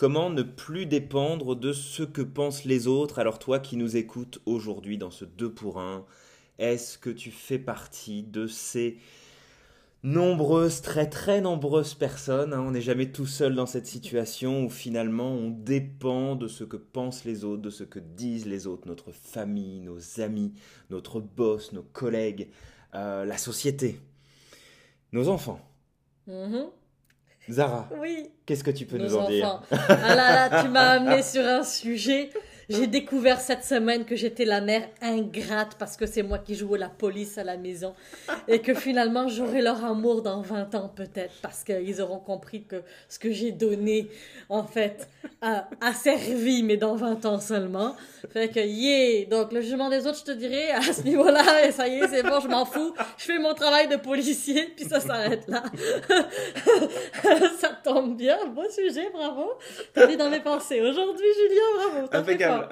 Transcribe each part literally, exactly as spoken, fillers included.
Comment ne plus dépendre de ce que pensent les autres? Alors toi qui nous écoutes aujourd'hui dans ce deux pour un, est-ce que tu fais partie de ces nombreuses, très très nombreuses personnes, hein, on n'est jamais tout seul dans cette situation où finalement on dépend de ce que pensent les autres, de ce que disent les autres, notre famille, nos amis, notre boss, nos collègues, euh, la société, nos enfants. Mhm. Zara, Oui, qu'est-ce que tu peux nos nous en dire? enfants. Ah là là, tu m'as amené sur un sujet. J'ai découvert cette semaine que j'étais la mère ingrate parce que c'est moi qui joue à la police à la maison et que finalement j'aurai leur amour dans vingt ans peut-être parce qu'ils auront compris que ce que j'ai donné en fait a, a servi mais dans vingt ans seulement. Fait que yeah, donc le jugement des autres je te dirais à ce niveau-là, ça y est c'est bon je m'en fous, je fais mon travail de policier puis ça s'arrête là. Ça tombe bien, beau sujet, bravo. T'as mis dans mes pensées aujourd'hui Julien, bravo. T'as fait Impeccable.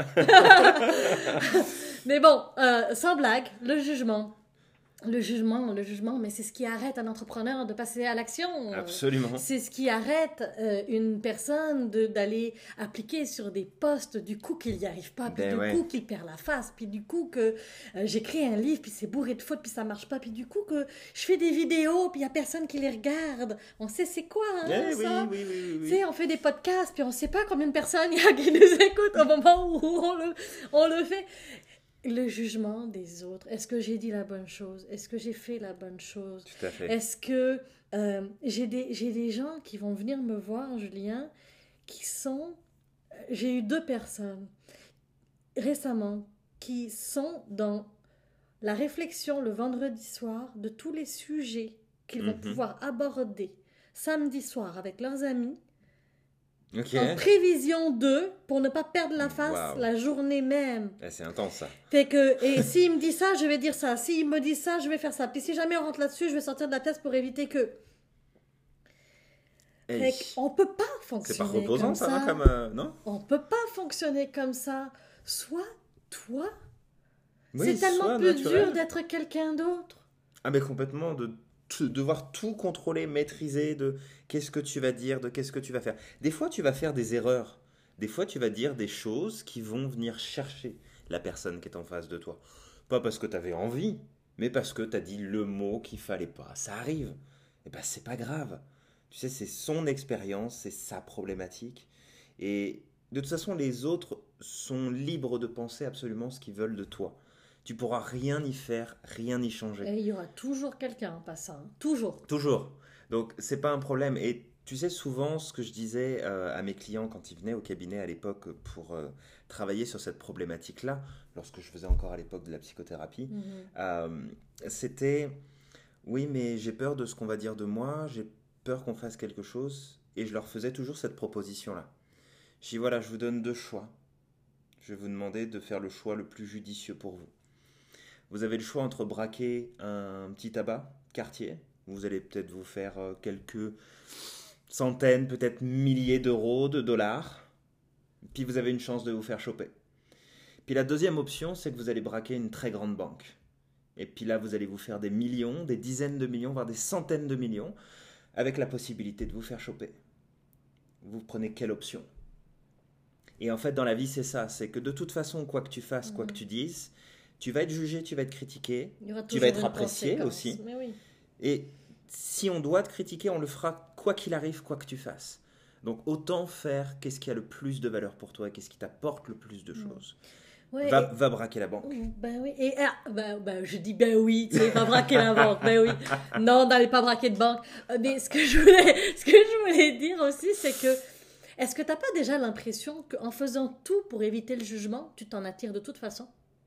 Mais bon, euh, sans blague, le jugement. Le jugement, le jugement, mais c'est ce qui arrête un entrepreneur de passer à l'action. Absolument. C'est ce qui arrête euh, une personne de, d'aller appliquer sur des postes du coup qu'il n'y arrive pas, puis Ben du ouais. coup qu'il perd la face, puis du coup que euh, j'écris un livre, puis c'est bourré de fautes, puis ça marche pas, puis du coup que je fais des vidéos, puis il y a personne qui les regarde. On sait c'est quoi, hein, Eh oui, ça? oui, oui, oui, Tu oui. sais, on fait des podcasts, puis on sait pas combien de personnes il y a qui nous écoutent au moment où on le, on le fait. Le jugement des autres. Est-ce que j'ai dit la bonne chose? Est-ce que j'ai fait la bonne chose? Tout à fait. Est-ce que euh, j'ai des, j'ai des gens qui vont venir me voir, Julien, qui sont... J'ai eu deux personnes récemment qui sont dans la réflexion le vendredi soir de tous les sujets qu'ils vont Mhm. pouvoir aborder samedi soir avec leurs amis Ok. en prévision d'eux pour ne pas perdre la face Wow. la journée même. Eh, c'est intense ça. Fait que, et s'il me dit ça, je vais dire ça. S'il me dit ça, je vais faire ça. Puis si jamais on rentre là-dessus, je vais sortir de la tête pour éviter que. Eh, Fait qu'on peut pas c'est fonctionner pas reposant comme ça, ça. hein, comme euh, non? On peut pas fonctionner comme ça. Sois toi. Oui, C'est tellement sois plus naturel. dur d'être quelqu'un d'autre. Ah mais complètement, de tout- devoir tout contrôler, maîtriser, de qu'est-ce que tu vas dire, de qu'est-ce que tu vas faire. Des fois tu vas faire des erreurs, des fois tu vas dire des choses qui vont venir chercher la personne qui est en face de toi. Pas parce que tu avais envie, mais parce que tu as dit le mot qu'il fallait pas. Ça arrive, et ben c'est pas grave. Tu sais, c'est son expérience, c'est sa problématique. Et de toute façon, les autres sont libres de penser absolument ce qu'ils veulent de toi. Tu pourras rien y faire, rien y changer. Et il y aura toujours quelqu'un en passant. hein. Toujours. Toujours. Donc, c'est pas un problème. Et tu sais, souvent, ce que je disais euh, à mes clients quand ils venaient au cabinet à l'époque pour euh, travailler sur cette problématique-là, lorsque je faisais encore à l'époque de la psychothérapie, Mhm. euh, c'était oui, mais j'ai peur de ce qu'on va dire de moi, j'ai peur qu'on fasse quelque chose. Et je leur faisais toujours cette proposition-là. Je dis voilà, je vous donne deux choix. Je vais vous demander de faire le choix le plus judicieux pour vous. Vous avez le choix entre braquer un petit tabac quartier. Vous allez peut-être vous faire euh, quelques centaines, peut-être milliers d'euros, de dollars. Puis vous avez une chance de vous faire choper. Puis la deuxième option, c'est que vous allez braquer une très grande banque. Et puis là, vous allez vous faire des millions, des dizaines de millions, voire des centaines de millions, avec la possibilité de vous faire choper. Vous prenez quelle option? Et en fait, dans la vie, c'est ça. C'est que de toute façon, quoi que tu fasses, quoi que tu dises, tu vas être jugé, tu vas être critiqué, Il y aura tu vas toujours être une apprécié conséquence. aussi. Mais oui. Et si on doit te critiquer, on le fera quoi qu'il arrive, quoi que tu fasses. Donc autant faire qu'est-ce qui a le plus de valeur pour toi, qu'est-ce qui t'apporte le plus de choses. Ouais, Va, et- va braquer la banque. Ben oui, et ah, ben, ben, je dis ben oui, tu sais, pas braquer la banque, ben oui. Non, n'allez pas braquer de banque. Euh, Mais ce que je voulais, ce que je voulais dire aussi, c'est que, est-ce que t'as pas déjà l'impression qu'en faisant tout pour éviter le jugement, tu t'en attires de toute façon?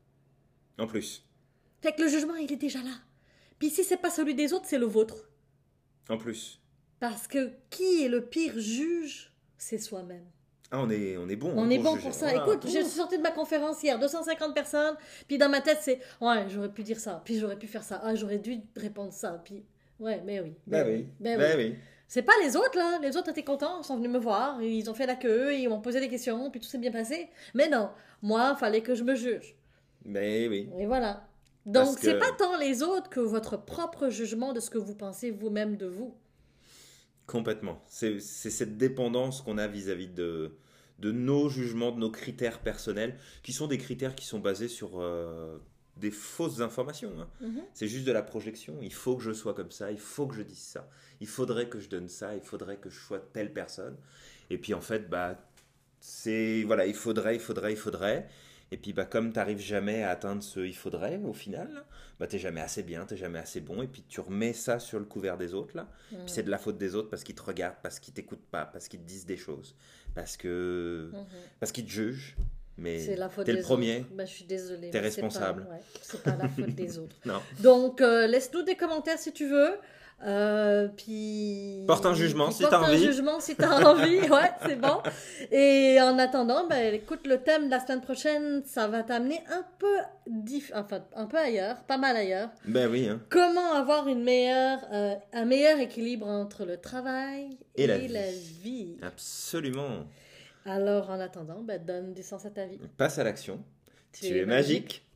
En plus, Fait que le jugement, il est déjà là. Puis si c'est pas celui des autres, c'est le vôtre. en plus. Parce que qui est le pire juge, c'est soi-même. Ah, on est, on est bon. On est bon juger. pour ça. Voilà. Écoute, je suis sortie de ma conférence hier, deux cent cinquante personnes, puis dans ma tête, c'est « Ouais, j'aurais pu dire ça, puis j'aurais pu faire ça, ah, j'aurais dû répondre ça, puis... » Ouais, mais oui. Ben oui. Ben Ben oui. oui. C'est pas les autres, là. Les autres étaient contents, ils sont venus me voir, ils ont fait la queue, ils m'ont posé des questions, puis tout s'est bien passé. Mais non, moi, fallait que je me juge. Ben oui. Et voilà. Donc, Parce que- c'est pas tant les autres que votre propre jugement de ce que vous pensez vous-même de vous. Complètement. C'est, c'est cette dépendance qu'on a vis-à-vis de, de nos jugements, de nos critères personnels, qui sont des critères qui sont basés sur euh, des fausses informations. Hein. Mhm. C'est juste de la projection. Il faut que je sois comme ça, il faut que je dise ça, il faudrait que je donne ça, il faudrait que je sois telle personne. Et puis en fait, bah, c'est, voilà, il faudrait, il faudrait, il faudrait. Et puis bah, comme tu n'arrives jamais à atteindre ce il faudrait, au final, bah, tu n'es jamais assez bien, tu n'es jamais assez bon. Et puis tu remets ça sur le couvert des autres, là. Mhm. Puis c'est de la faute des autres parce qu'ils te regardent, parce qu'ils t'écoutent pas, parce qu'ils te disent des choses, parce que Mhm. parce qu'ils te jugent. Mais C'est la faute t'es des le premier, autres. Ben, je suis désolée. t'es mais c'est responsable. pas- ouais, c'est pas la faute des autres. Non. Donc, euh, laisse-nous des commentaires si tu veux. Euh, puis... Porte un jugement puis si porte t'as envie. un jugement si t'as envie. Ouais, c'est bon. Et en attendant, ben, écoute, le thème de la semaine prochaine, ça va t'amener un peu, diff... enfin, un peu ailleurs, pas mal ailleurs. Ben oui, hein. Comment avoir une meilleure, euh, un meilleur équilibre entre le travail Et et, la la, vie. vie. Absolument. Alors, en attendant, ben, donne du sens à ta vie. Passe à l'action. Tu Tu es es magique.